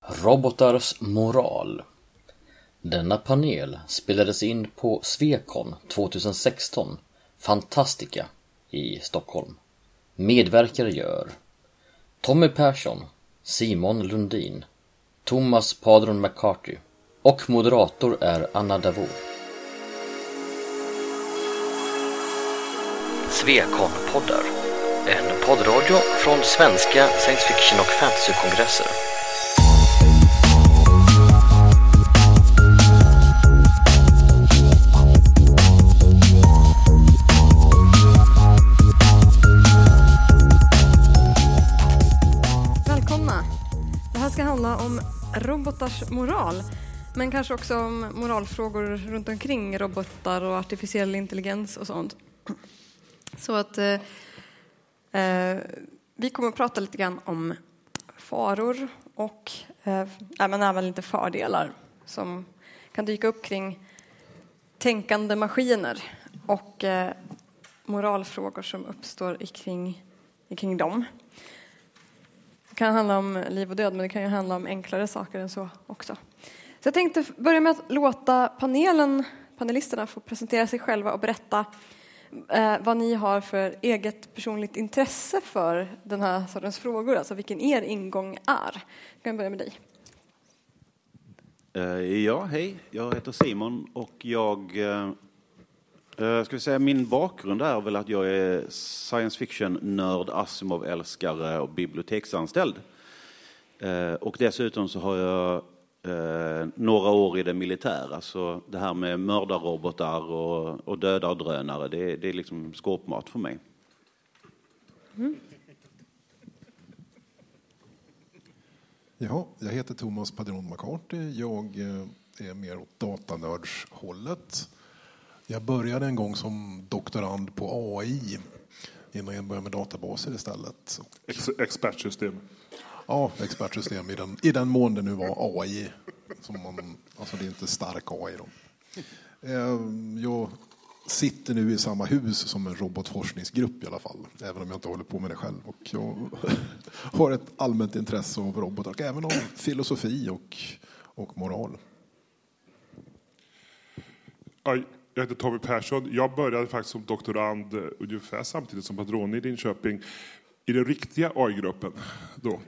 Robotars moral. Denna panel spelades in på Swecon 2016, Fantastica i Stockholm. Medverkare gör Tommy Persson, Simon Lundin, Thomas Padron McCarthy och moderator är Anna Davour. Swecon-poddar, en poddradio från svenska science fiction och fantasy-kongresser. Det handla om robotars moral, men kanske också om moralfrågor runt omkring robotar och artificiell intelligens och sånt. Så att vi kommer att prata lite grann om faror och även lite fördelar som kan dyka upp kring tänkande maskiner och moralfrågor som uppstår kring dem. Det kan handla om liv och död, men det kan ju handla om enklare saker än så också. Så jag tänkte börja med att låta panelisterna få presentera sig själva och berätta vad ni har för eget personligt intresse för den här sortens frågor, alltså vilken er ingång är. Jag kan börja med dig. Ja, hej. Jag heter Simon och jag ska vi säga min bakgrund är väl att jag är science fiction-nörd, Asimov-älskare och biblioteksanställd. Och dessutom så har jag några år i det militära, så det här med mördarrobotar och dödardrönare, det är liksom skåpmat för mig. Mm. Ja, jag heter Thomas Padron McCarthy. Jag är mer åt datanördshållet. Jag började en gång som doktorand på AI innan jag började med databaser istället. Expertsystem. Ja, expertsystem i den mån det nu var AI. Alltså det är inte stark AI då. Jag sitter nu i samma hus som en robotforskningsgrupp i alla fall. Även om jag inte håller på med det själv. Och jag har ett allmänt intresse av robotar. Och även av filosofi och moral. Jag heter Tommy Persson. Jag började faktiskt som doktorand ungefär samtidigt som Padron i Linköping i den riktiga AI-gruppen då.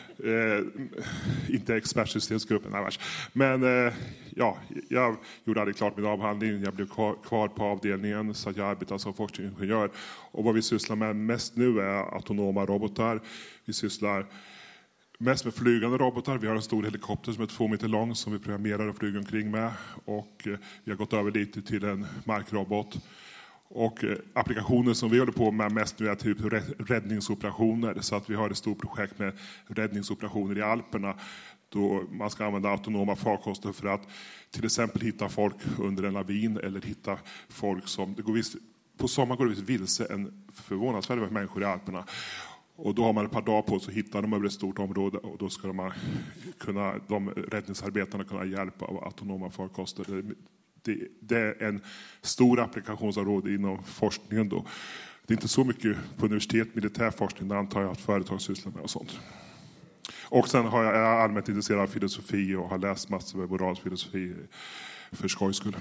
Inte expertsystemsgruppen annars. Men jag gjorde aldrig klart min avhandling. Jag blev kvar på avdelningen så att jag arbetar som forskningsingenjör. Och vad vi sysslar med mest nu är autonoma robotar. Vi sysslar mest med flygande robotar. Vi har en stor helikopter som är 2 meter lång som vi programmerar och flyger omkring med. Och vi har gått över lite till en markrobot. Och applikationer som vi håller på med mest nu är typ räddningsoperationer. Så att vi har ett stort projekt med räddningsoperationer i Alperna. Då man ska använda autonoma farkoster för att till exempel hitta folk under en lavin. Eller hitta folk som... på sommaren går det vilse en förvånansvärd mängd människor i Alperna. Och då har man ett par dagar på sig att hitta dem över ett stort område. Och då ska de räddningsarbetarna kunna hjälpa av autonoma farkoster. Det är en stor applikationsområde inom forskningen då. Det är inte så mycket på universitet, militärforskning, där antar jag att företag sysslar med och sånt. Och sen är jag allmänt intresserad av filosofi och har läst massor med moralfilosofi för skojs skull.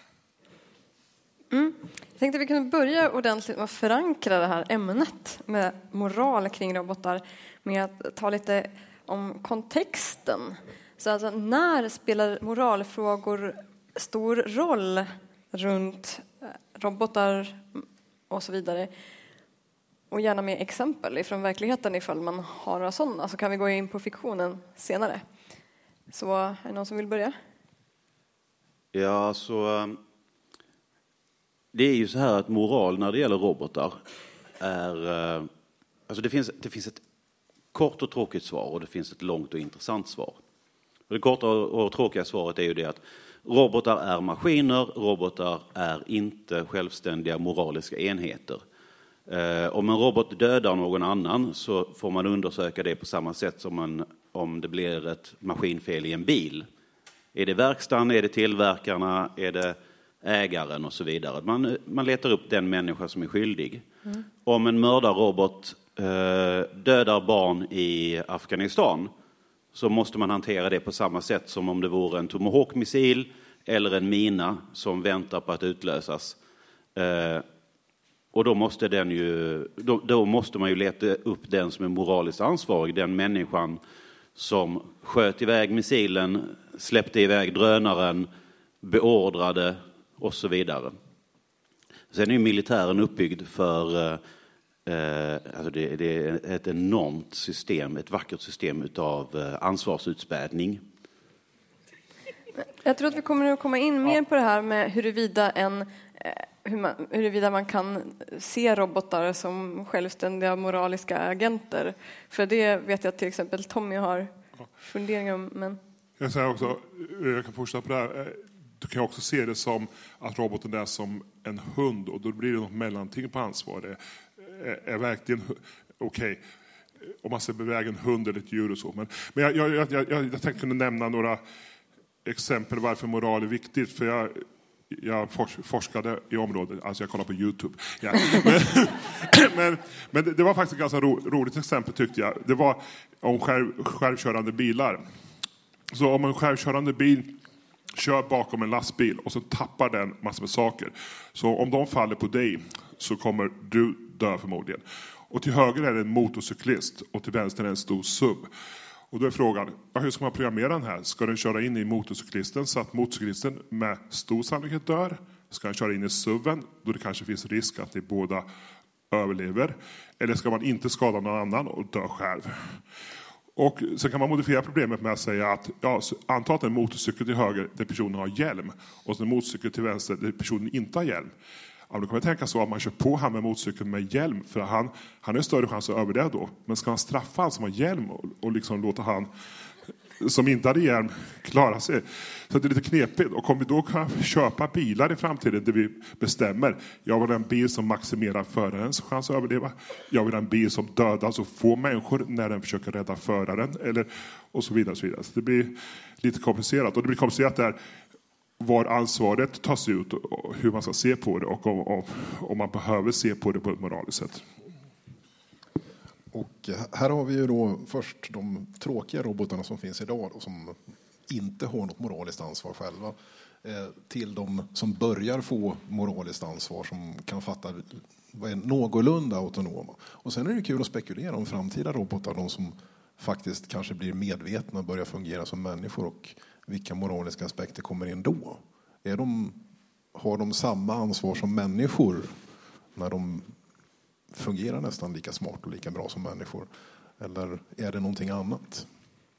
Jag tänkte att vi kunde börja ordentligt med att förankra det här ämnet med moral kring robotar med att ta lite om kontexten. Så alltså, när spelar moralfrågor stor roll runt robotar och så vidare? Och gärna med exempel från verkligheten ifall man har några sådana. Så kan vi gå in på fiktionen senare. Så är det någon som vill börja? Ja, så... Det är ju så här att moral när det gäller robotar är... Alltså det finns ett kort och tråkigt svar och det finns ett långt och intressant svar. Och det korta och tråkiga svaret är ju det att robotar är maskiner, robotar är inte självständiga moraliska enheter. Om en robot dödar någon annan så får man undersöka det på samma sätt som om det blir ett maskinfel i en bil. Är det verkstaden, är det tillverkarna, är det ägaren och så vidare. Man letar upp den människa som är skyldig. Om en mördarrobot dödar barn i Afghanistan så måste man hantera det på samma sätt som om det vore en Tomahawk-missil eller en mina som väntar på att utlösas. Och då måste man ju leta upp den som är moraliskt ansvarig, den människan som sköt iväg missilen, släppte iväg drönaren, beordrade och så vidare. Sen är ju militären uppbyggd för alltså det är ett enormt system, ett vackert system utav ansvarsutspädning. Jag tror att vi kommer att komma in mer på det här med huruvida man kan se robotar som självständiga moraliska agenter. För det vet jag till exempel Tommy har funderingar om. Men... Jag säger också, jag kan fortsätta på det här. Du kan också se det som att roboten är som en hund och då blir det något mellanting på ansvar. Det är verkligen okej. Om man ser beväga en hund eller ett djur och så. Men jag tänkte kunna nämna några exempel varför moral är viktigt. För jag forskade i området, alltså jag kollade på YouTube. Ja. Men det var faktiskt ett ganska roligt exempel tyckte jag. Det var om självkörande bilar. Så om en självkörande bil kör bakom en lastbil och så tappar den massor med saker. Så om de faller på dig så kommer du dö förmodligen. Och till höger är det en motorcyklist och till vänster är en stor sub. Och då är frågan, hur ska man programmera den här? Ska den köra in i motorcyklisten så att motorcyklisten med stor sannolikhet dör? Ska den köra in i subben då det kanske finns risk att de båda överlever? Eller ska man inte skada någon annan och dö själv? Och sen kan man modifiera problemet med att säga att anta att en motorcykel till höger där personen har hjälm och en motorcykel till vänster där personen inte har hjälm. Ja, då kan man tänka så att man kör på han med motorcykeln med hjälm för han har större chans att överleva då. Men ska man straffa han som har hjälm och liksom låta han som inte hade hjälm klara sig? Så det är lite knepigt. Och om vi då kan köpa bilar i framtiden där vi bestämmer, jag vill ha en bil som maximerar förarens chans att överleva. Jag vill ha en bil som dödar så få människor när den försöker rädda föraren. Och så vidare och så vidare. Så det blir lite komplicerat. Och det blir komplicerat där var ansvaret tas ut och hur man ska se på det och om man behöver se på det på ett moraliskt sätt. Och här har vi ju då först de tråkiga robotarna som finns idag och som inte har något moraliskt ansvar själva till de som börjar få moraliskt ansvar som kan fatta vad är någorlunda autonoma. Och sen är det kul att spekulera om framtida robotar, de som faktiskt kanske blir medvetna och börjar fungera som människor och vilka moraliska aspekter kommer in då? Har de samma ansvar som människor när de fungerar nästan lika smart och lika bra som människor? Eller är det någonting annat?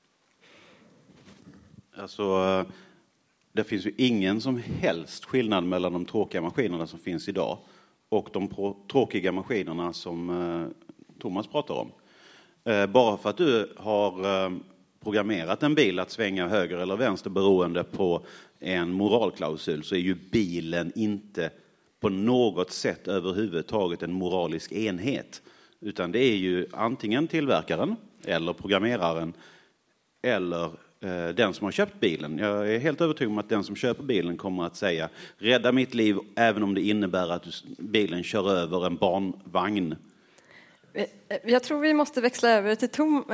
Alltså, det finns ju ingen som helst skillnad mellan de tråkiga maskinerna som finns idag och de tråkiga maskinerna som Thomas pratar om. Bara för att du har programmerat en bil att svänga höger eller vänster beroende på en moralklausul så är ju bilen inte på något sätt överhuvudtaget en moralisk enhet. Utan det är ju antingen tillverkaren eller programmeraren eller den som har köpt bilen. Jag är helt övertygad om att den som köper bilen kommer att säga rädda mitt liv även om det innebär att bilen kör över en barnvagn. Jag tror vi måste växla över till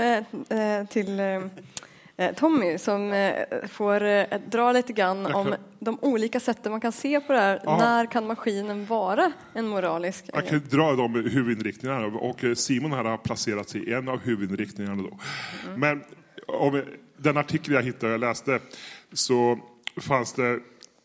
Tommy som får dra lite grann om de olika sätten man kan se på det här. Ja. När kan maskinen vara en moralisk? Jag kan dra de huvudinriktningarna och Simon här har placerat sig i en av huvudinriktningarna då. Men om den artikel jag läste så fanns det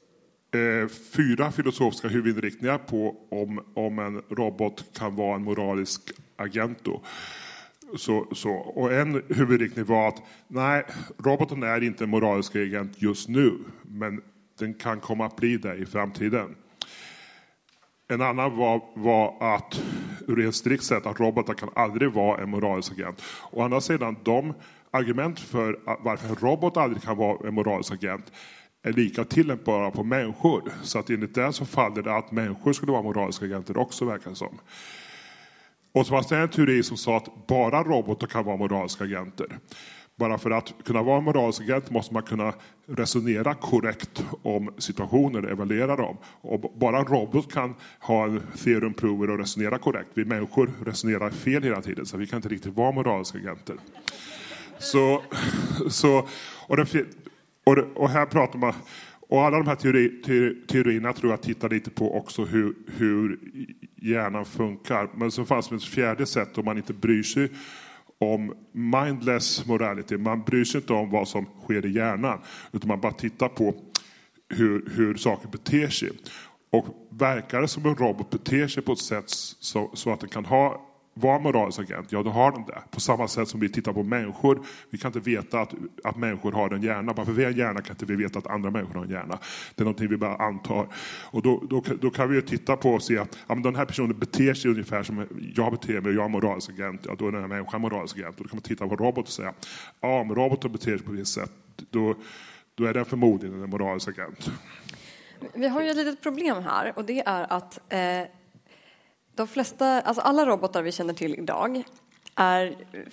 4 filosofiska huvudinriktningar på om en robot kan vara en moralisk agent då. Och en huvudinriktning var att nej, roboten är inte en moralisk agent just nu, men den kan komma att bli det i framtiden. En annan var att rent strikt sett att robotar kan aldrig vara en moralisk agent. Å andra sidan, de argument för varför en robot aldrig kan vara en moralisk agent är lika tillämpbara på människor. Så att enligt det så faller det att människor skulle vara moraliska agenter också, verkar det som. Och så fanns det en teori som sa att bara robotar kan vara moraliska agenter. Bara för att kunna vara en moralisk agent måste man kunna resonera korrekt om situationer, evaluera dem. Och bara en robot kan ha en theorem prover och resonera korrekt. Vi människor resonerar fel hela tiden så vi kan inte riktigt vara moraliska agenter. Och här pratar man, och alla de här teorierna tror jag tittar lite på också hur hjärnan funkar. Men så fanns det ett fjärde sätt om man inte bryr sig om mindless morality. Man bryr sig inte om vad som sker i hjärnan, utan man bara tittar på hur saker beter sig. Och verkar det som en robot beter sig på ett sätt så att den kan vara moralisk agent, ja då har den det. På samma sätt som vi tittar på människor. Vi kan inte veta att människor har en hjärna. Bara för vi har en hjärna kan inte vi veta att andra människor har en hjärna. Det är någonting vi bara antar. Och då kan vi ju titta på och se att men den här personen beter sig ungefär som jag beter mig. Jag är moralisk agent. Ja, då är den här människan moralisk agent. Och då kan man titta på robot och säga om roboten beter sig på ett visst sätt, då är den förmodligen en moralisk agent. Vi har ju ett litet problem här, och det är att de flesta, alltså alla robotar vi känner till idag är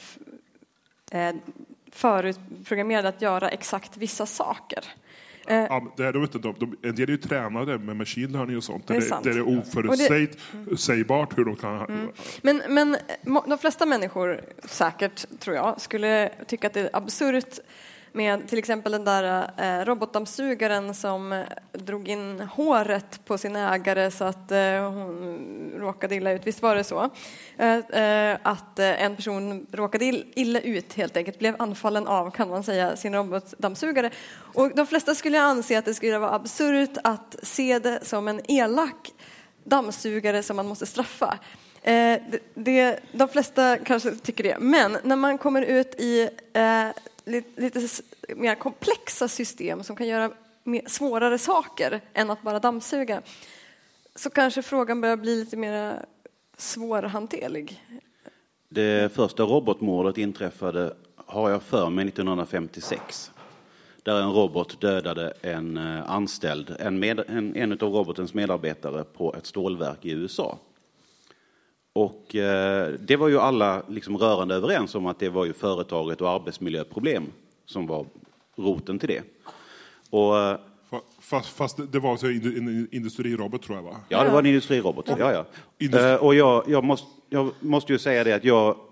förutprogrammerade att göra exakt vissa saker. Ja, det är de inte. En del är ju tränade med machine learning och sånt. Det är oförutsägbart hur de kan... Men de flesta människor, säkert tror jag, skulle tycka att det är absurt med till exempel den där robotdammsugaren som drog in håret på sin ägare så att hon råkade illa ut. Visst var det så? Att en person råkade illa ut helt enkelt, blev anfallen av, kan man säga, sin robotdammsugare. Och de flesta skulle anse att det skulle vara absurt att se det som en elak dammsugare som man måste straffa. De flesta kanske tycker det. Men när man kommer ut i lite mer komplexa system som kan göra svårare saker än att bara dammsuga, så kanske frågan börjar bli lite mer svårhanterlig. Det första robotmordet inträffade, har jag för mig, 1956. Där en robot dödade en anställd, en av robotens medarbetare på ett stålverk i USA. Och det var ju alla liksom rörande överens om att det var ju företaget och arbetsmiljöproblem som var roten till det. Och, fast det var så en industrirobot, tror jag, va? Ja, det var en industrirobot. Ja. Och jag måste ju säga det att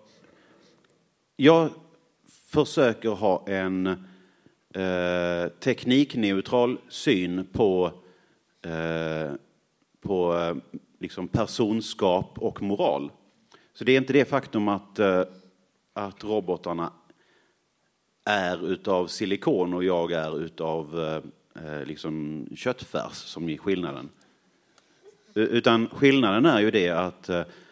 jag försöker ha en teknikneutral syn på liksom personskap och moral. Så det är inte det faktum att robotarna är utav silikon och jag är utav liksom köttfärs som är skillnaden. Utan skillnaden är ju det att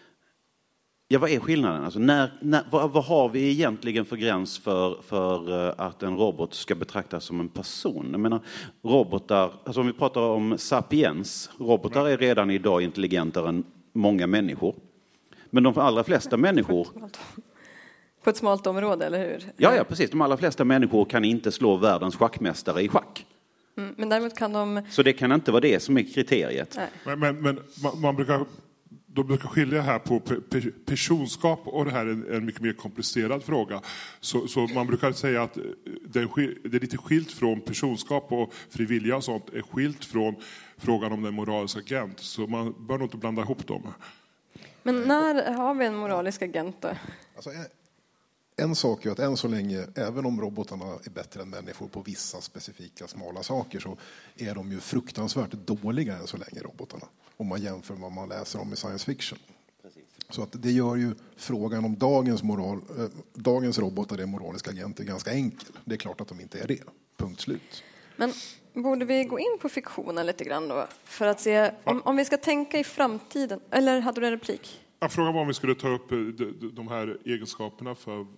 vad är skillnaden? Alltså vad har vi egentligen för gräns för att en robot ska betraktas som en person? Jag menar, robotar, alltså om vi pratar om sapiens, robotar är redan idag intelligentare än många människor. Men de allra flesta människor... På ett smalt område, eller hur? Ja, precis. De allra flesta människor kan inte slå världens schackmästare i schack. Men däremot kan de... Så det kan inte vara det som är kriteriet. Men man brukar skilja här på personskap, och det här är en mycket mer komplicerad fråga. Så man brukar säga att det är lite skilt från personskap, och frivilliga och sånt är skilt från frågan om den moraliska agent. Så man bör nog inte blanda ihop dem. Men när har vi en moralisk agent då? Alltså, en sak är att än så länge, även om robotarna är bättre än människor på vissa specifika smala saker, så är de ju fruktansvärt dåliga än så länge, robotarna. Om man jämför vad man läser om i science fiction. Precis. Så att det gör ju frågan om dagens robotar är moraliska agenter ganska enkel. Det är klart att de inte är det. Punkt slut. Men borde vi gå in på fiktionen lite grann då? För att se om vi ska tänka i framtiden. Eller hade du en replik? Frågan var om vi skulle ta upp de här egenskaperna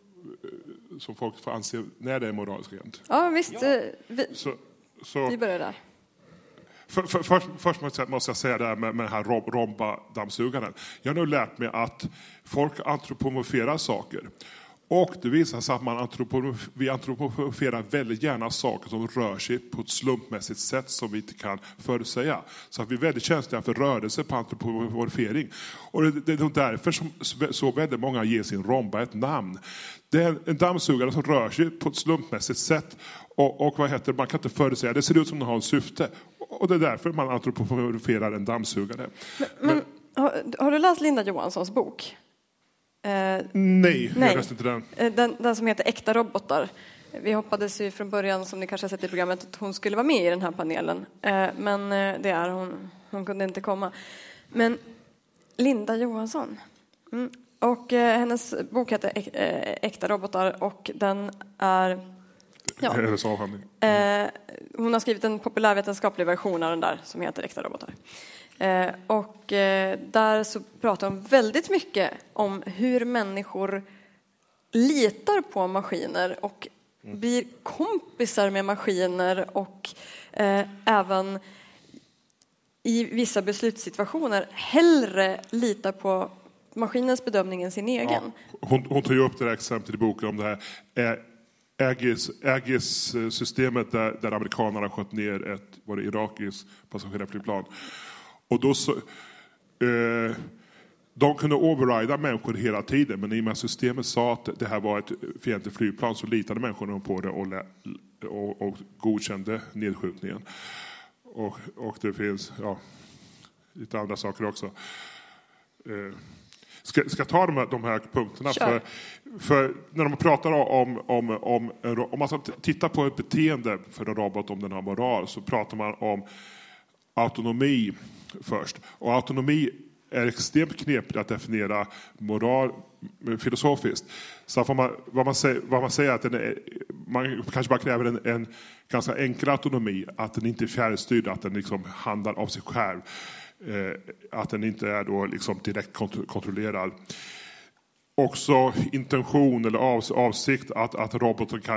som folk får anse när det är moralisk agent. Ja, visst. Ja. Vi börjar där. Först måste jag säga det här med den här Roomba-dammsugaren. Jag har nu lärt mig att folk antropomorferar saker. Och det visar sig att vi antropomorferar väldigt gärna saker som rör sig på ett slumpmässigt sätt som vi inte kan förutsäga. Så att vi är väldigt känsliga för rörelse på antropomorfering. Och det är därför som så väldigt många ger sin Roomba ett namn. Det är en dammsugare som rör sig på ett slumpmässigt sätt. Och man kan inte förutsäga. Det ser ut som den har en syfte. Och det är därför man antropomorferar en dammsugare. Men har du läst Linda Johanssons bok? Nej, jag läste inte den. Den som heter Äkta robotar. Vi hoppades ju från början, som ni kanske har sett i programmet, att hon skulle vara med i den här panelen. Men det är hon kunde inte komma. Men Linda Johansson. Och hennes bok heter Äkta robotar och den är... Ja, hon har skrivit en populärvetenskaplig version av den där som heter Äkta robotar. Och där så pratar hon väldigt mycket om hur människor litar på maskiner och blir kompisar med maskiner och även i vissa beslutssituationer hellre litar på maskinens bedömning än sin egen. Ja, hon tar ju upp det här exemplet i boken om det här Aegis-systemet där amerikanerna sköt ner ett irakiskt passagerarflygplan. Och då så, de kunde overrida människor hela tiden, men i och med systemet sa att det här var ett fientligt flygplan så litade människorna på det och godkände nedskjutningen. Och det finns lite andra saker också. Ska ta de här punkterna för när de pratar om man ska titta på ett beteende för en robot om den har moral, så pratar man om autonomi först. Och autonomi är extremt knepigt att definiera moral filosofiskt. Så vad man säger att man kanske bara kräver en ganska enkel autonomi, att den inte är fjärrstyrd, att den liksom handlar av sig själv. Att den inte är då liksom direkt kontrollerad. Också intention eller avsikt att roboten kan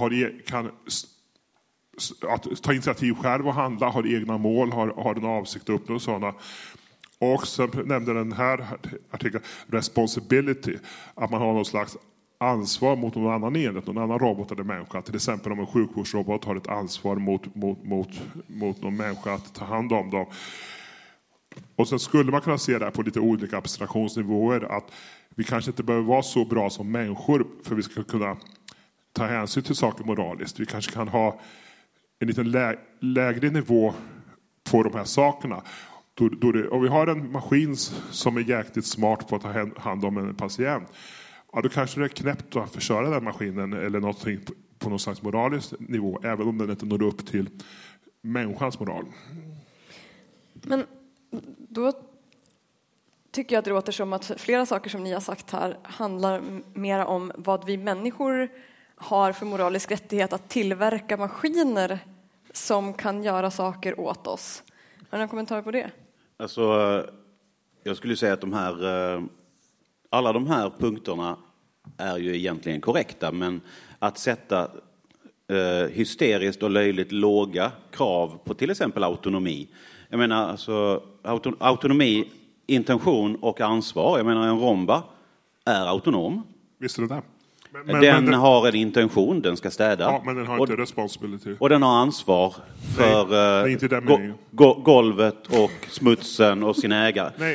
att ta initiativ själv och handla, har egna mål, har en avsikt att uppnå sådana. Och sen nämnde den här artikeln responsibility, att man har någon slags ansvar mot någon annan enhet, någon annan robot eller människa. Till exempel om en sjukvårdsrobot har ett ansvar mot någon människa att ta hand om dem. Och sen skulle man kunna se det här på lite olika abstraktionsnivåer, att vi kanske inte behöver vara så bra som människor för vi ska kunna ta hänsyn till saker moraliskt. Vi kanske kan ha en liten lägre nivå på de här sakerna. Om vi har en maskin som är jäkligt smart på att ta hand om en patient, då kanske det är knäppt att förstöra den maskinen eller någonting på någon slags moralisk nivå, även om den inte når upp till människans moral. Men då tycker jag att det låter som att flera saker som ni har sagt här handlar mer om vad vi människor har för moralisk rättighet att tillverka maskiner som kan göra saker åt oss. Har ni någon kommentar på det? Alltså, jag skulle säga att alla de här punkterna är ju egentligen korrekta, men att sätta hysteriskt och löjligt låga krav på till exempel autonomi. Jag menar alltså autonomi, intention och ansvar. Jag menar en romba är autonom. Visste du det? Den har en intention, den ska städa. Ja, men den har inte responsibility. Och den har ansvar för inte golvet och smutsen och sin ägare. Nej.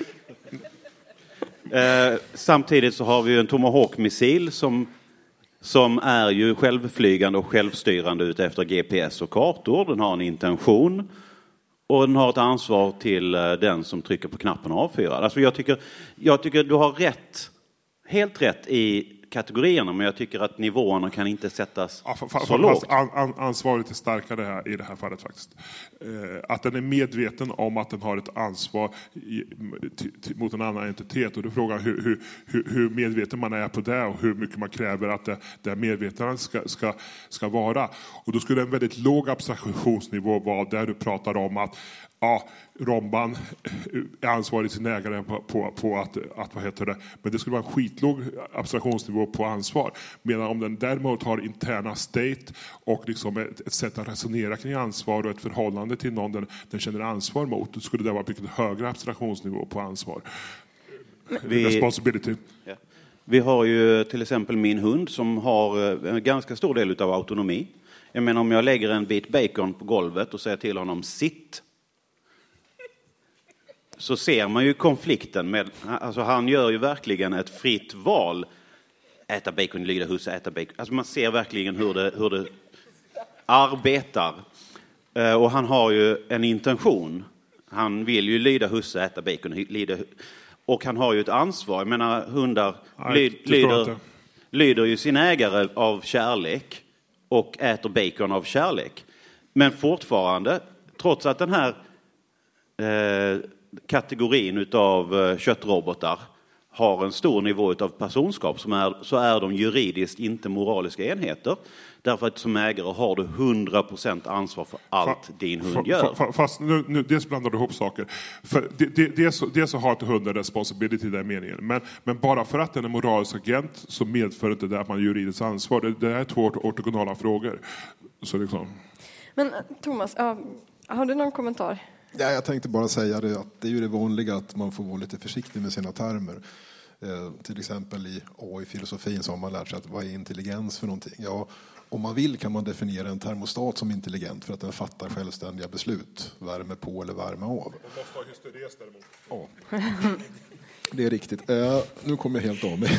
Samtidigt så har vi ju en Tomahawk-missil som är ju självflygande och självstyrande ut efter GPS och kartor. Den har en intention. Och den har ett ansvar till den som trycker på knappen och avfyrar. Alltså jag tycker du har helt rätt i kategorierna, men jag tycker att nivåerna kan inte sättas så lågt. Ansvaret är starkare här, i det här fallet faktiskt. Att den är medveten om att den har ett ansvar mot en annan entitet. Och då frågar hur medveten man är på det och hur mycket man kräver att det medvetandet ska vara. Och då skulle en väldigt låg abstraktionsnivå vara där du pratar om att romban är ansvarig till sin ägare på att vad heter det, men det skulle vara en skitlåg abstraktionsnivå på ansvar. Medan om den däremot har interna state och liksom ett sätt att resonera kring ansvar och ett förhållande till någon den känner ansvar mot, då skulle det vara mycket högre abstraktionsnivå på ansvar. Responsibility. Ja. Vi har ju till exempel min hund som har en ganska stor del av autonomi. Jag menar, om jag lägger en bit bacon på golvet och säger till honom sitt, så ser man ju konflikten med, alltså han gör ju verkligen ett fritt val. Äta bacon, lyda husse, äta bacon. Alltså man ser verkligen hur det arbetar. Och han har ju en intention. Han vill ju lyda husse, äta bacon, lyda. Och han har ju ett ansvar. Jag menar, hundar lyder ju sin ägare av kärlek och äter bacon av kärlek. Men fortfarande, trots att den här kategorin utav köttrobotar har en stor nivå av personskap så är de juridiskt inte moraliska enheter. Därför att som ägare har du 100% ansvar för allt din hund gör. Fast nu dels blandar du ihop saker. För det så har inte hunden responsibility i den meningen. Men bara för att den är moralisk agent så medför inte det att man har juridiskt ansvar. Det är 2 ortogonala frågor. Så liksom. Men Thomas, har du någon kommentar? Ja, jag tänkte bara säga det att det är ju det vanliga att man får vara lite försiktig med sina termer. Till exempel i AI-filosofin så har man lärt sig att vad är intelligens för någonting? Ja, om man vill kan man definiera en termostat som intelligent för att den fattar självständiga beslut. Värme på eller värme av. Man måste ha hysteres däremot. Ja, det är riktigt. Nu kommer jag helt av mig.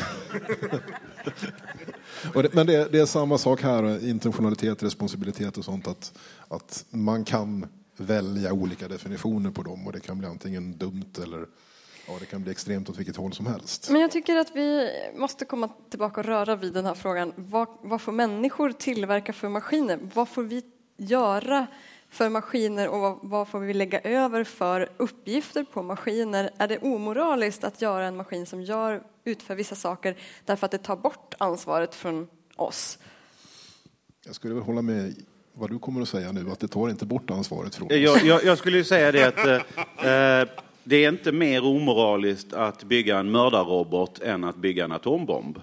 Men det är samma sak här, intentionalitet, responsibilitet och sånt. Att man kan välja olika definitioner på dem och det kan bli antingen dumt eller det kan bli extremt åt vilket håll som helst. Men jag tycker att vi måste komma tillbaka och röra vid den här frågan. Vad får människor tillverka för maskiner? Vad får vi göra för maskiner och vad får vi lägga över för uppgifter på maskiner? Är det omoraliskt att göra en maskin som utför vissa saker därför att det tar bort ansvaret från oss? Jag skulle väl hålla med vad du kommer att säga nu, att det tar inte bort ansvaret från oss. Jag skulle ju säga det att det är inte mer omoraliskt att bygga en mördarrobot än att bygga en atombomb.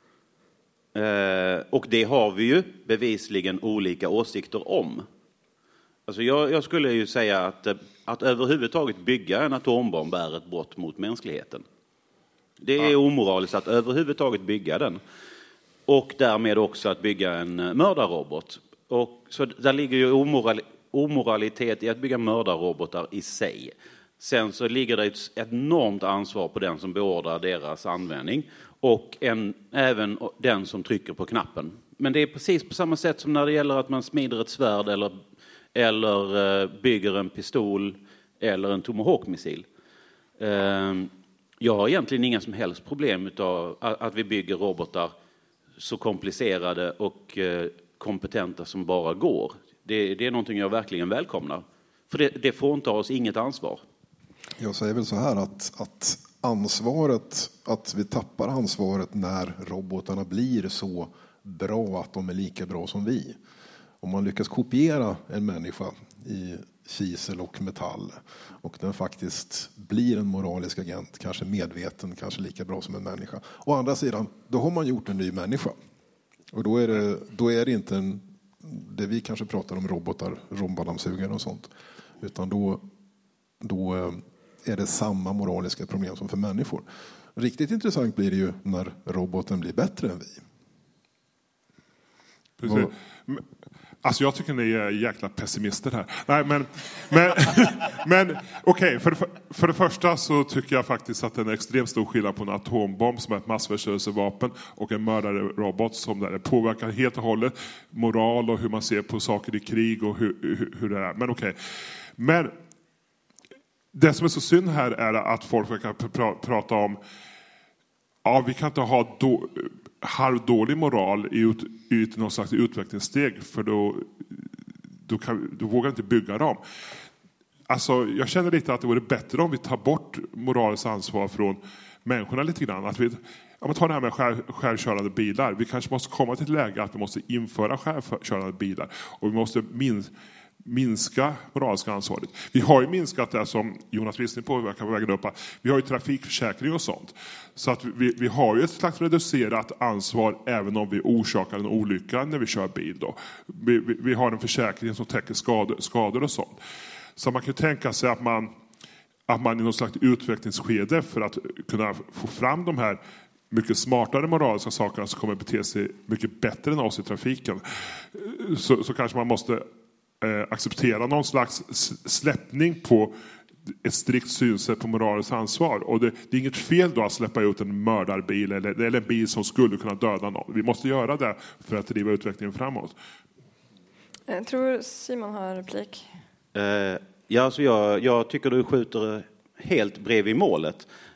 Och det har vi ju bevisligen olika åsikter om. Alltså jag skulle ju säga att överhuvudtaget bygga en atombomb är ett brott mot mänskligheten. Det är omoraliskt att överhuvudtaget bygga den. Och därmed också att bygga en mördarrobot. Och så där ligger ju omoralitet i att bygga mördarrobotar i sig. Sen så ligger det ett enormt ansvar på den som beordrar deras användning och även den som trycker på knappen. Men det är precis på samma sätt som när det gäller att man smider ett svärd eller bygger en pistol eller en Tomahawk-missil. Jag har egentligen inga som helst problem utav att vi bygger robotar så komplicerade och kompetenta som bara går. Det är någonting jag verkligen välkomnar. För det får inte oss inget ansvar. Jag säger väl så här att ansvaret, att vi tappar ansvaret när robotarna blir så bra att de är lika bra som vi. Om man lyckas kopiera en människa i kisel och metall och den faktiskt blir en moralisk agent, kanske medveten, kanske lika bra som en människa. Å andra sidan, då har man gjort en ny människa. Och då är det inte det vi kanske pratar om robotar, rombadammsugare och sånt. Utan då är det samma moraliska problem som för människor. Riktigt intressant blir det ju när roboten blir bättre än vi. Precis. Alltså jag tycker ni är jäkla pessimister här. Nej, men okej, för det första så tycker jag faktiskt att det är en extremt stor skillnad på en atombomb som är ett massförstörelsevapen och en mördarrobot som där påverkar helt och hållet moral och hur man ser på saker i krig och hur det är. Men okej. Men det som är så synd här är att folk kan prata om vi kan inte ha halvdålig moral i någon slags utvecklingssteg för då vågar inte bygga dem. Alltså, jag känner lite att det vore bättre om vi tar bort moraliskt ansvar från människorna lite grann. Att vi tar det här med självkörande bilar. Vi kanske måste komma till ett läge att vi måste införa självkörande bilar och vi måste minska moraliska ansvaret. Vi har ju minskat det som Jonas Wissing påverkar på vägen upp. Vi har ju trafikförsäkring och sånt. Så att vi har ju ett slags reducerat ansvar även om vi orsakar en olycka när vi kör bil då. Vi har en försäkring som täcker skador och sånt. Så man kan tänka sig att man i någon slags utvecklingsskede för att kunna få fram de här mycket smartare moraliska sakerna som kommer bete sig mycket bättre än oss i trafiken. Så kanske man måste acceptera någon slags släppning på ett strikt synsätt på moraliskt ansvar. Och det är inget fel då att släppa ut en mördarbil eller en bil som skulle kunna döda någon. Vi måste göra det för att driva utvecklingen framåt. Jag tror Simon har en replik. Jag tycker du skjuter helt bredvid målet.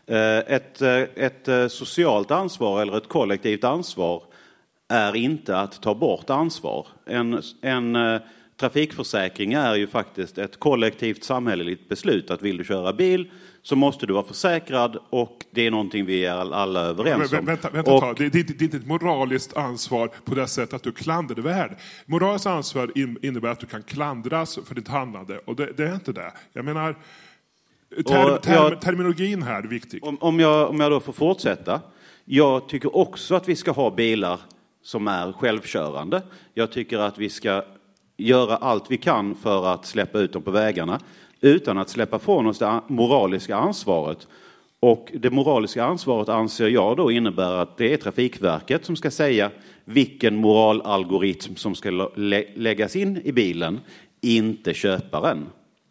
Ett socialt ansvar eller ett kollektivt ansvar är inte att ta bort ansvar. En trafikförsäkring är ju faktiskt ett kollektivt samhälleligt beslut att vill du köra bil så måste du vara försäkrad och det är någonting vi är alla överens om. Vänta ett tag. Det är inte ett moraliskt ansvar på det sättet att du klandrar värd. Moraliskt ansvar innebär att du kan klandras för ditt handlande och det är inte det. Jag menar terminologin här är viktig. Om jag då får fortsätta. Jag tycker också att vi ska ha bilar som är självkörande. Jag tycker att vi ska göra allt vi kan för att släppa ut dem på vägarna utan att släppa från oss det moraliska ansvaret. Och det moraliska ansvaret anser jag då innebär att det är Trafikverket som ska säga vilken moralalgoritm som ska läggas in i bilen, inte köparen.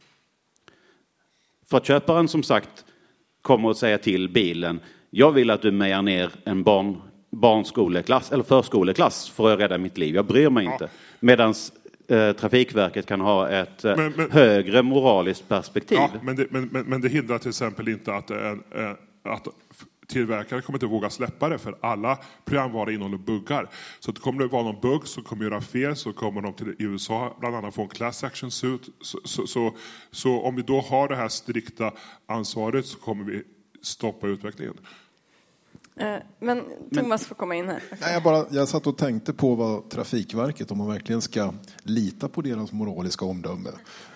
För att köparen som sagt kommer att säga till bilen, jag vill att du mejar ner en barnskoleklass eller förskoleklass för att rädda mitt liv. Jag bryr mig inte. Medan Trafikverket kan ha ett högre moraliskt perspektiv. Ja, men det hindrar till exempel inte att tillverkare kommer inte våga släppa det för alla programvara innehåller buggar. Så det kommer det vara någon bugg som kommer göra fel så kommer de till USA bland annat få en class action suit. Så om vi då har det här strikta ansvaret så kommer vi stoppa utvecklingen. Men Thomas får komma in här. Nej, jag satt och tänkte på vad Trafikverket, om man verkligen ska lita på deras moraliska omdöme.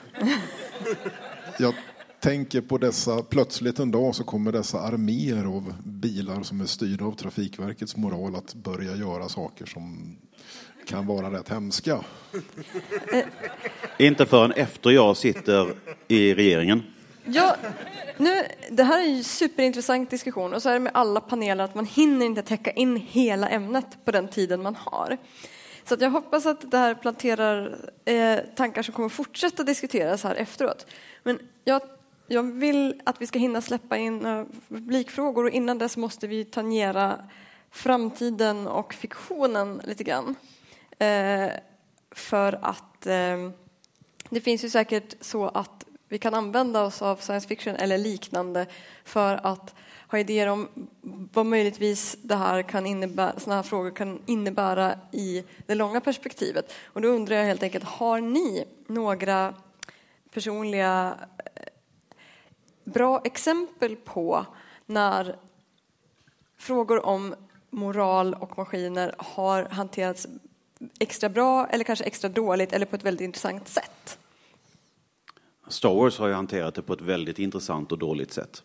Jag tänker på dessa, plötsligt en dag så kommer dessa arméer av bilar som är styrda av Trafikverkets moral att börja göra saker som kan vara rätt hemska. Inte förrän efter jag sitter i regeringen. Ja, det här är ju superintressant diskussion och så är det med alla paneler att man hinner inte täcka in hela ämnet på den tiden man har. Så att jag hoppas att det här planterar tankar som kommer fortsätta diskuteras här efteråt. Men jag vill att vi ska hinna släppa in publikfrågor och innan dess måste vi tangera framtiden och fiktionen lite grann. För att det finns ju säkert så att vi kan använda oss av science fiction eller liknande för att ha idéer om vad möjligtvis det här kan innebära, såna här frågor kan innebära i det långa perspektivet. Och då undrar jag helt enkelt, har ni några personliga bra exempel på när frågor om moral och maskiner har hanterats extra bra eller kanske extra dåligt eller på ett väldigt intressant sätt? Star Wars har ju hanterat det på ett väldigt intressant och dåligt sätt.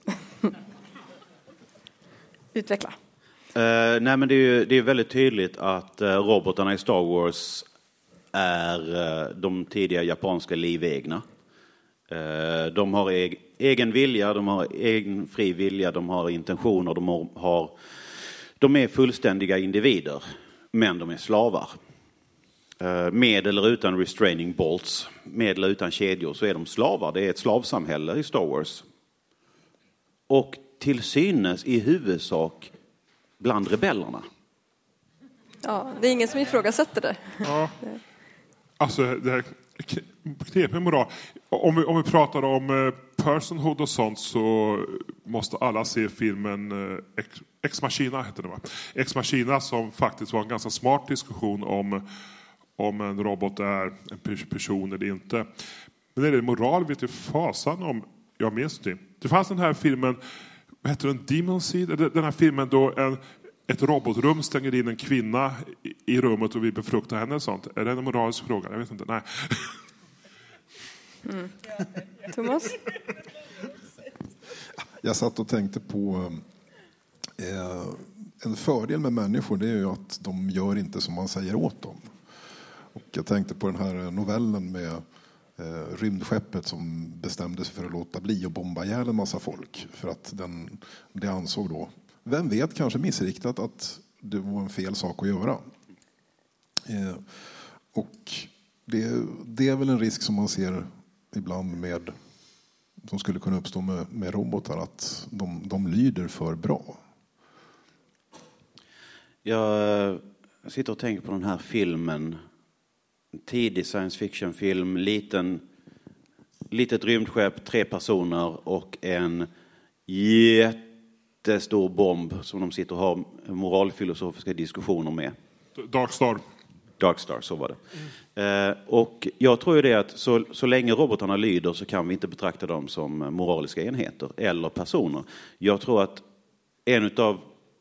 Utveckla. Nej, men det är väldigt tydligt att robotarna i Star Wars är de tidiga japanska livegna. De har egen vilja, de har egen fri vilja, de har intentioner, de är fullständiga individer, men de är slavar. Med eller utan restraining bolts, med eller utan kedjor så är de slavar. Det är ett slavsamhälle i Star Wars. Och till synes i huvudsak bland rebellerna. Ja, det är ingen som ifrågasätter det. Ja. Alltså det här knepig moral. Om vi pratar om personhood och sånt så måste alla se filmen Ex Machina heter det, va? Ex Machina som faktiskt var en ganska smart diskussion om en robot är en person eller inte. Men när det är moral vet jag fasan om jag minns det. Det fanns den här filmen, vad heter den? Demon Seed? Den här filmen då ett robotrum stänger in en kvinna i rummet och vi befruktar henne och sånt. Är det en moralisk fråga? Jag vet inte. Nej. Thomas? Jag satt och tänkte på en fördel med människor, det är ju att de gör inte som man säger åt dem. Och jag tänkte på den här novellen med rymdskeppet som bestämde sig för att låta bli och bomba ihjäl en massa folk. För att det ansåg då, vem vet, kanske missriktat att det var en fel sak att göra. Och det är väl en risk som man ser ibland som skulle kunna uppstå med robotar, att de lyder för bra. Jag sitter och tänker på den här filmen. En tidig science fiction-film. Litet rymdskepp, 3 personer och en jättestor bomb som de sitter och har moralfilosofiska diskussioner med. Darkstar, så var det. Och jag tror ju det att så länge robotarna lyder så kan vi inte betrakta dem som moraliska enheter eller personer. Jag tror att en av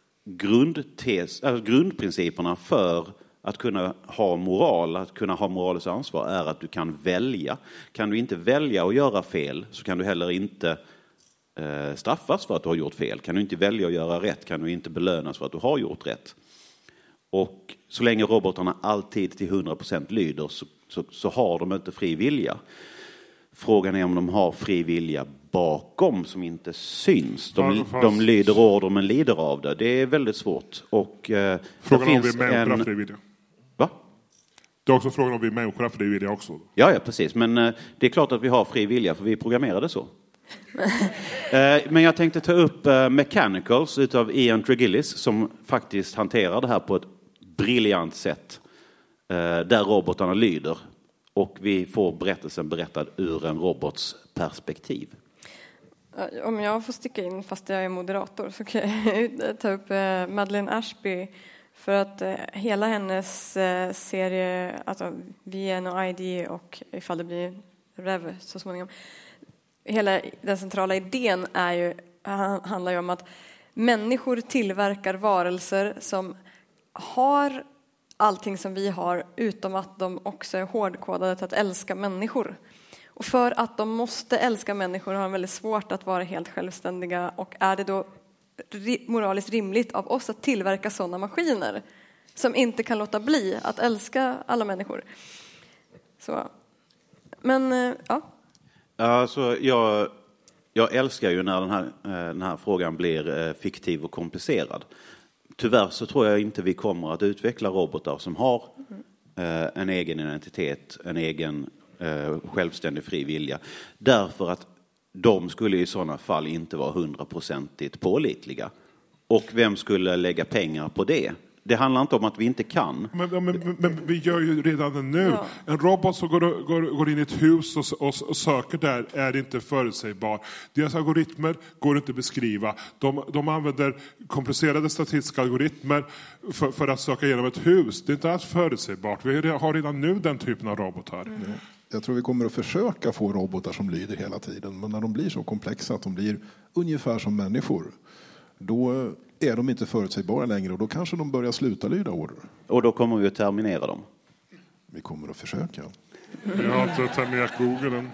grundprinciperna för att kunna ha moral, att kunna ha moraliskt ansvar är att du kan välja. Kan du inte välja att göra fel så kan du heller inte straffas för att du har gjort fel. Kan du inte välja att göra rätt kan du inte belönas för att du har gjort rätt. Och så länge robotarna alltid till 100% lyder så har de inte fri vilja. Frågan är om de har fri vilja bakom som inte syns. De lyder order men lider av det. Det är väldigt svårt. Och, frågan om vi människor har fri vilja. Va? Det är också frågan om vi människor har fri vilja också. Ja, precis. Men det är klart att vi har fri vilja för vi programmerade så. Men jag tänkte ta upp Mechanicals utav Ian Tregillis som faktiskt hanterar det här på ett briljant sätt. Där robotarna lyder. Och vi får berättelsen berättad ur en robots perspektiv. Om jag får sticka in fast jag är moderator så kan jag ta upp Madeleine Ashby. För att hela hennes serie, alltså VN och ID och ifall det blir Rev så småningom. Hela den centrala idén handlar ju om att människor tillverkar varelser som har allting som vi har utom att de också är hårdkodade till att älska människor. Och för att de måste älska människor har de väldigt svårt att vara helt självständiga. Och är det då moraliskt rimligt av oss att tillverka sådana maskiner som inte kan låta bli att älska alla människor? Så. Men ja. Alltså, jag älskar ju när den här frågan blir fiktiv och komplicerad. Tyvärr så tror jag inte vi kommer att utveckla robotar som har en egen identitet, en egen självständig fri vilja. Därför att de skulle i sådana fall inte vara 100% pålitliga. Och vem skulle lägga pengar på det? Det handlar inte om att vi inte kan. Men vi gör ju redan nu. Ja. En robot som går in i ett hus och söker där är inte förutsägbar. Deras algoritmer går inte att beskriva. De använder komplicerade statistiska algoritmer för att söka igenom ett hus. Det är inte alls förutsägbart. Vi har redan nu den typen av robotar. Mm. Jag tror vi kommer att försöka få robotar som lyder hela tiden. Men när de blir så komplexa att de blir ungefär som människor, då är de inte förutsägbara längre och då kanske de börjar sluta lyda order. Och då kommer vi att terminera dem. Vi kommer att försöka. Jag har inte terminerat Google.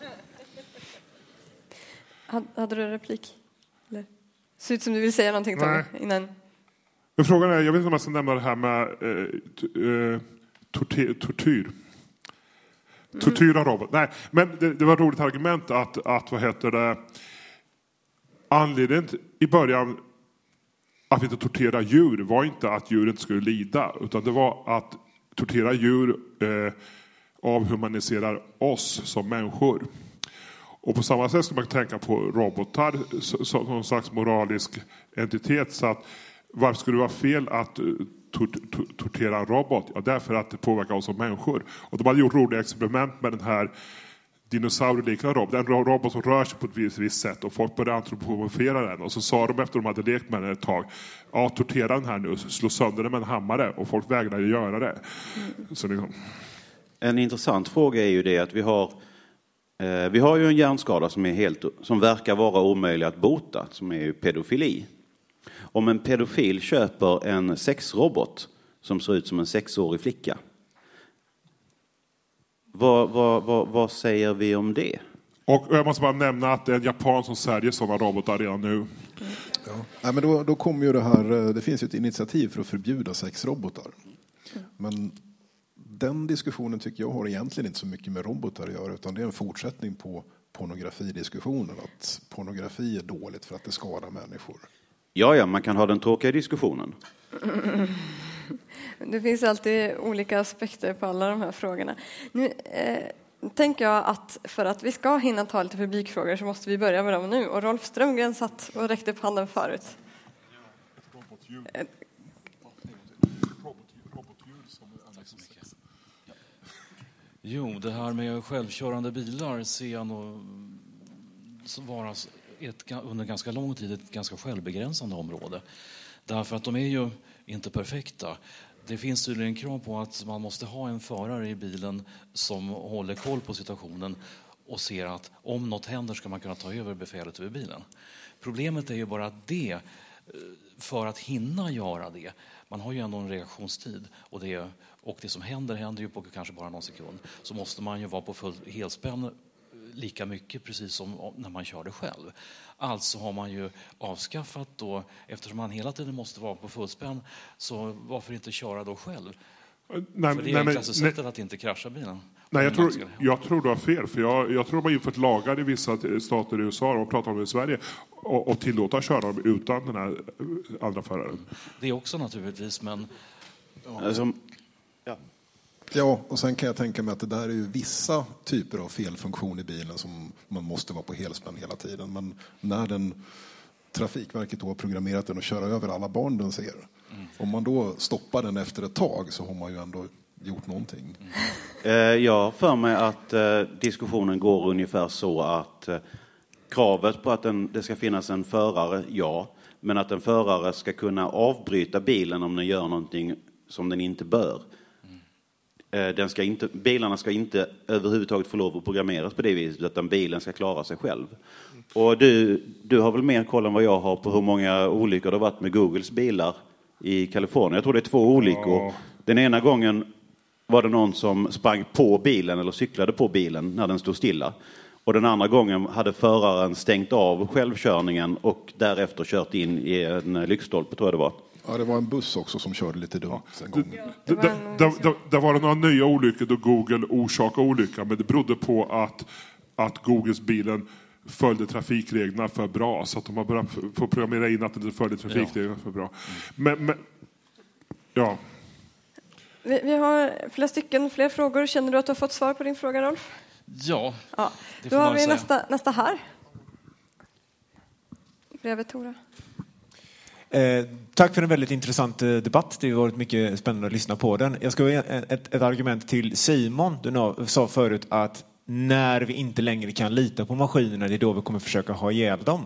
Hade du en replik? Eller? Ser ut som du vill säga någonting Tom, innan. Men frågan är, jag vet inte om jag ska nämna det här med tortyr. Tortyr av robot. Nej, men det var ett roligt argument att vad heter det, anledningen i början att vi inte tortera djur var inte att djur inte skulle lida, utan det var att tortera djur avhumaniserar oss som människor. Och på samma sätt ska man tänka på robotar som någon slags moralisk entitet. Så att varför skulle det vara fel att tortera en robot? Ja, därför att det påverkar oss som människor. Och de hade gjort roliga experiment med den här dinosaurieliknande robot. En robot som rör sig på ett visst sätt. Och folk började antropomorfera den. Och så sa de efter de hade lekt med den ett tag: ja, tortera den här nu. Slå sönder den med en hammare. Och folk vägrade göra det. Så liksom. En intressant fråga är ju det att vi har ju en hjärnskada som verkar vara omöjlig att bota. Som är ju pedofili. Om en pedofil köper en sexrobot som ser ut som en 6-årig flicka, vad säger vi om det? Och jag måste bara nämna att det är en japan som säljer sådana robotar redan nu. Ja, men då kommer ju det här, det finns ju ett initiativ för att förbjuda sexrobotar. Men den diskussionen tycker jag har egentligen inte så mycket med robotar att göra, utan det är en fortsättning på pornografidiskussionen. Att pornografi är dåligt för att det skadar människor. Ja, man kan ha den tråkiga diskussionen. Det finns alltid olika aspekter på alla de här frågorna. Nu tänker jag att för att vi ska hinna ta lite publikfrågor så måste vi börja med dem nu. Och Rolf Strömgren satt och räckte upp handen förut. Jo, det här med självkörande bilar ser jag nog vara under ganska lång tid ett ganska självbegränsande område. Därför att de är ju inte perfekta. Det finns tydligen krav på att man måste ha en förare i bilen som håller koll på situationen och ser att om något händer ska man kunna ta över befälet över bilen. Problemet är ju bara att för att hinna göra det, man har ju ändå en reaktionstid och det som händer ju på kanske bara någon sekund, så måste man ju vara på full helspänn lika mycket precis som när man kör det själv. Alltså har man ju avskaffat då, eftersom man hela tiden måste vara på fullspänn, så varför inte köra då själv? För det är enklaste sättet att inte krascha bilen. Nej, jag tror du har fel. För jag tror de har infört lagar i vissa stater i USA, och pratar om det i Sverige, och tillåta köra dem utan den här andra föraren. Det är också naturligtvis, men... Ja, och sen kan jag tänka mig att det där är ju vissa typer av felfunktion i bilen som man måste vara på helspänn hela tiden. Men när Trafikverket då har programmerat den att köra över alla barn den ser, om man då stoppar den efter ett tag så har man ju ändå gjort någonting. Jag för mig att diskussionen går ungefär så att kravet på att det ska finnas en förare, ja, men att en förare ska kunna avbryta bilen om den gör någonting som den inte bör. Bilarna ska inte överhuvudtaget få lov att programmeras på det viset, utan bilen ska klara sig själv. Och du har väl mer koll än vad jag har på hur många olyckor det har varit med Googles bilar i Kalifornien. Jag tror det är 2 olyckor. Ja. Den ena gången var det någon som sprang på bilen eller cyklade på bilen när den stod stilla. Och den andra gången hade föraren stängt av självkörningen och därefter kört in i en lyktstolpe, tror jag det var. Ja, det var en buss också som körde lite dumt en gång. Det var några nya olyckor då Google orsakade olyckan, men det berodde på att Googles bilen följde trafikreglerna för bra, så att de har börjat få programmera in att det följde trafikreglerna för bra. Men ja. Vi har fler frågor. Känner du att du har fått svar på din fråga, Rolf? Ja. Då har vi nästa här. Bredvid Tora. Tack för en väldigt intressant debatt. Det har varit mycket spännande att lyssna på den. Jag ska ge ett argument till Simon. Du sa förut att när vi inte längre kan lita på maskinerna, det är då vi kommer försöka ha ihjäl dem.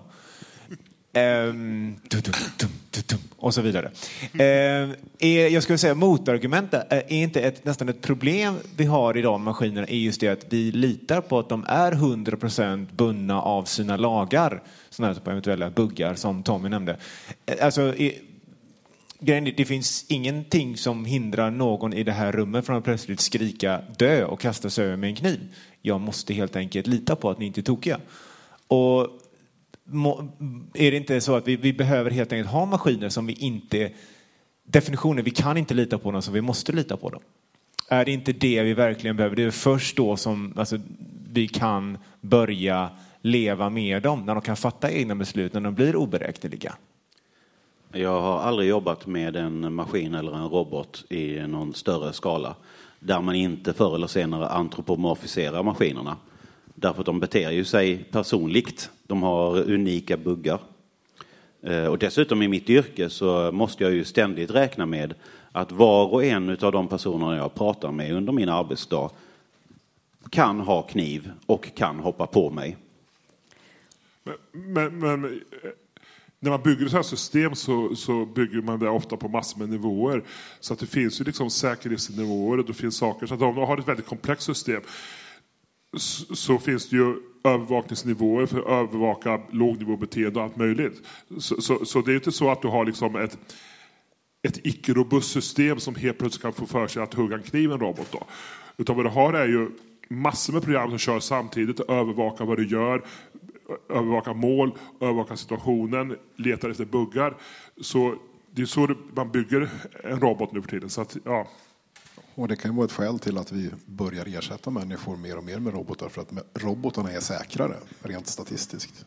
Och så vidare. Jag skulle säga motargumentet är inte nästan ett problem vi har idag med maskinerna, är just det att vi litar på att de är 100% bundna av sina lagar, sådana här på eventuella buggar som Tommy nämnde. Alltså det finns ingenting som hindrar någon i det här rummet från att plötsligt skrika dö och kasta sig över med en kniv. Jag måste helt enkelt lita på att ni inte är tokiga. Och är det inte så att vi behöver helt enkelt ha maskiner som vi inte, definitionen, vi kan inte lita på dem, så vi måste lita på dem? Är det inte det vi verkligen behöver? Det är först då som vi kan börja leva med dem, när de kan fatta egna beslut, när de blir oberäkneliga. Jag har aldrig jobbat med en maskin eller en robot i någon större skala där man inte förr eller senare antropomorfiserar maskinerna. Därför att de beter ju sig personligt. De har unika buggar. Och dessutom i mitt yrke så måste jag ju ständigt räkna med att var och en av de personerna jag pratar med under min arbetsdag kan ha kniv och kan hoppa på mig. Men när man bygger ett här system så bygger man det ofta på massor med nivåer. Så att det finns ju liksom säkerhetsnivåer och det finns saker. Så att om man har ett väldigt komplext system så finns det ju övervakningsnivåer för att övervaka lågnivåbeteende och allt möjligt. Så det är inte så att du har liksom ett icke-robust system som helt plötsligt kan få för sig att hugga en kniv en robot då. Utan vad du har är ju massor med program som kör samtidigt och övervakar vad du gör, övervaka mål, övervaka situationen, letar efter buggar. Så det är så man bygger en robot nu för tiden. Så att, ja. Och det kan ju vara ett skäl till att vi börjar ersätta människor mer och mer med robotar, för att robotarna är säkrare rent statistiskt.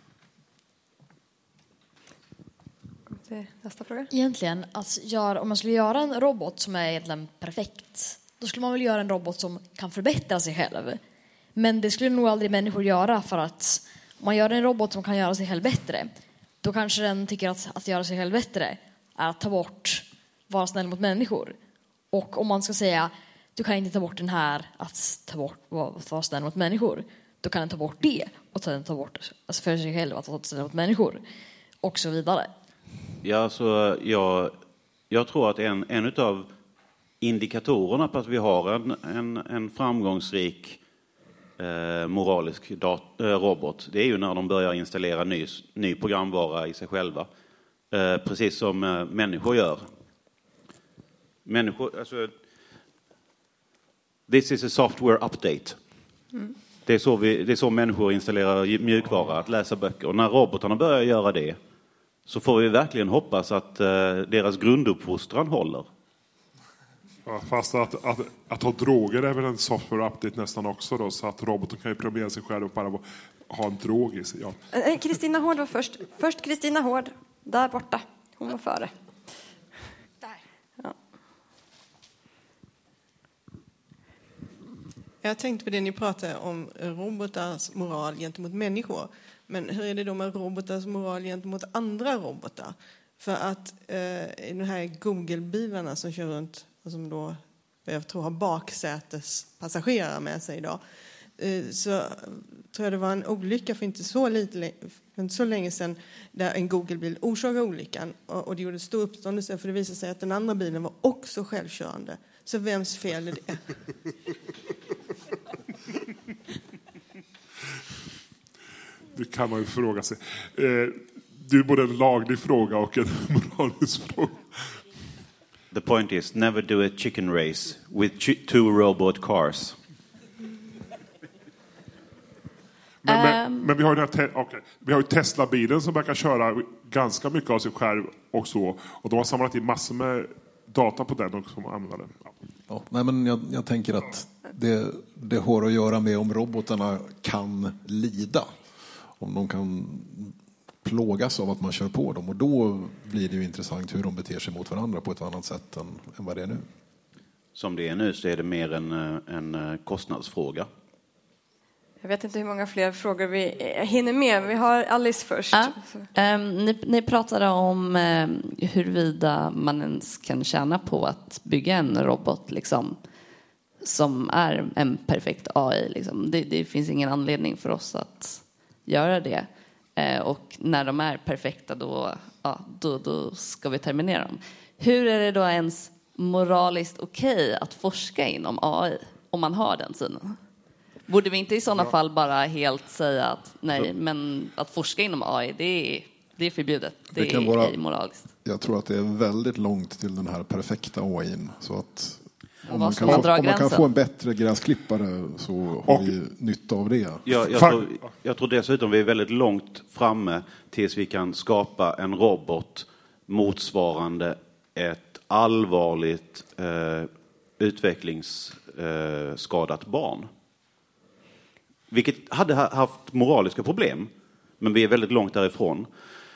Nästa fråga. Egentligen, om man skulle göra en robot som är egentligen perfekt, då skulle man väl göra en robot som kan förbättra sig själv. Men det skulle nog aldrig människor göra, för att om man gör en robot som kan göra sig själv bättre, då kanske den tycker att göra sig själv bättre är att ta bort, vara snäll mot människor. Och om man ska säga, du kan inte ta bort den här, att ta bort, vara snäll mot människor, då kan den ta bort det och sen ta bort alltså för sig själv att ta ställa mot människor och så vidare. Ja, så jag tror att en av indikatorerna på att vi har en framgångsrik moralisk robot, det är ju när de börjar installera ny programvara i sig själva. Precis som människor gör. Alltså, this is a software update. Det är så människor installerar mjukvara, att läsa böcker. Och när robotarna börjar göra det så får vi verkligen hoppas att deras grunduppfostran håller. Ja, fast att ha droger är väl en software update nästan också då, så att roboten kan ju programmera sig själv och bara ha en drog i sig. Ja. Kristina Hård var först. Först Kristina Hård, där borta. Hon var före. Där. Ja. Jag tänkte på det ni pratade om robotars moral gentemot människor. Men hur är det då med robotars moral gentemot andra robotar? För att i de här Google-bilarna som kör runt och som då jag tror har baksätespassagerare med sig idag, så tror jag det var en olycka för inte så länge sedan där en Google-bil orsakade olyckan och det gjorde stor uppståndelse för det visade sig att den andra bilen var också självkörande. Så vems fel är det? Det kan man ju fråga sig. Det är både en laglig fråga och en moralisk fråga. The point is, never do a chicken race with two robot cars. Men vi har ju vi har ju Tesla-bilen som verkar köra ganska mycket av sig själv och så. Och de har samlat in massor med data på den och som använder den. Ja. Ja, nej, men jag tänker att det har att göra med om robotarna kan lida. Om de kan plågas av att man kör på dem. Och då blir det ju intressant hur de beter sig mot varandra på ett annat sätt än vad det är nu. Som det är nu så är det mer en kostnadsfråga. Jag vet inte hur många fler frågor vi hinner med. Vi har Alice först. Ja. Ni pratade om huruvida man ens kan tjäna på att bygga en robot liksom, som är en perfekt AI. Liksom. Det finns ingen anledning för oss att göra det. Och när de är perfekta då ska vi terminera dem. Hur är det då ens moraliskt okej att forska inom AI om man har den synen? Borde vi inte i sådana fall bara helt säga att nej, men att forska inom AI, det är förbjudet. Det är moraliskt. Jag tror att det är väldigt långt till den här perfekta AI:n. Så att om man kan få en bättre gräsklippare så har vi nytta av det. Jag tror dessutom vi är väldigt långt framme tills vi kan skapa en robot motsvarande ett allvarligt utvecklingsskadat barn. Vilket hade haft moraliska problem, men vi är väldigt långt därifrån.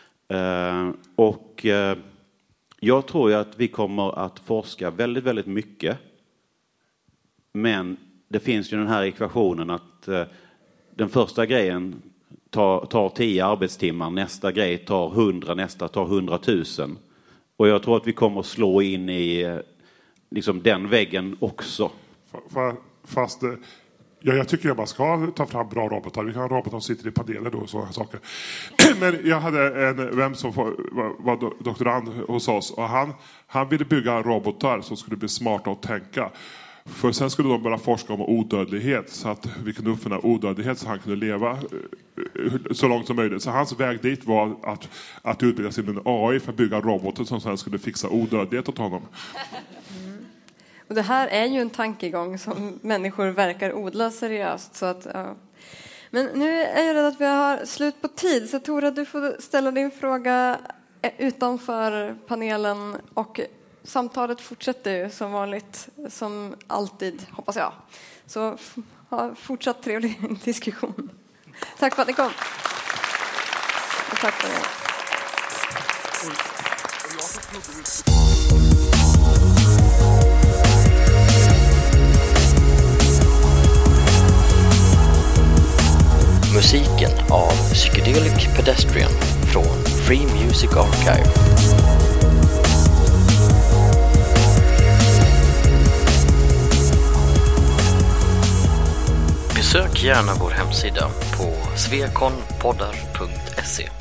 Jag tror ju att vi kommer att forska väldigt, väldigt mycket. Men det finns ju den här ekvationen att den första grejen tar 10 arbetstimmar, nästa grej tar 100, nästa tar 100 000. Och jag tror att vi kommer att slå in i liksom den väggen också. Fast jag tycker att man ska ta fram bra robotar. Vi kan ha robotar som sitter i paneler och sådana saker. Men jag hade en vän som var doktorand hos oss. Och han ville bygga robotar som skulle bli smarta och tänka. För sen skulle de börja forska om odödlighet. Så att vi kunde uppfinna odödlighet så han kunde leva så långt som möjligt. Så hans väg dit var att utbilda sig till en AI för att bygga robotar som sen skulle fixa odödlighet åt honom. Och det här är ju en tankegång som människor verkar odla seriöst. Så att, ja. Men nu är jag rädd att vi har slut på tid. Så Tora, du får ställa din fråga utanför panelen. Och samtalet fortsätter ju som vanligt, som alltid, hoppas jag. Så ha fortsatt trevlig diskussion. Tack för att ni kom. Och tack för det. Musiken av Psychedelic Pedestrian från Free Music Archive. Besök besök gärna vår hemsida på svekonpoddar.se.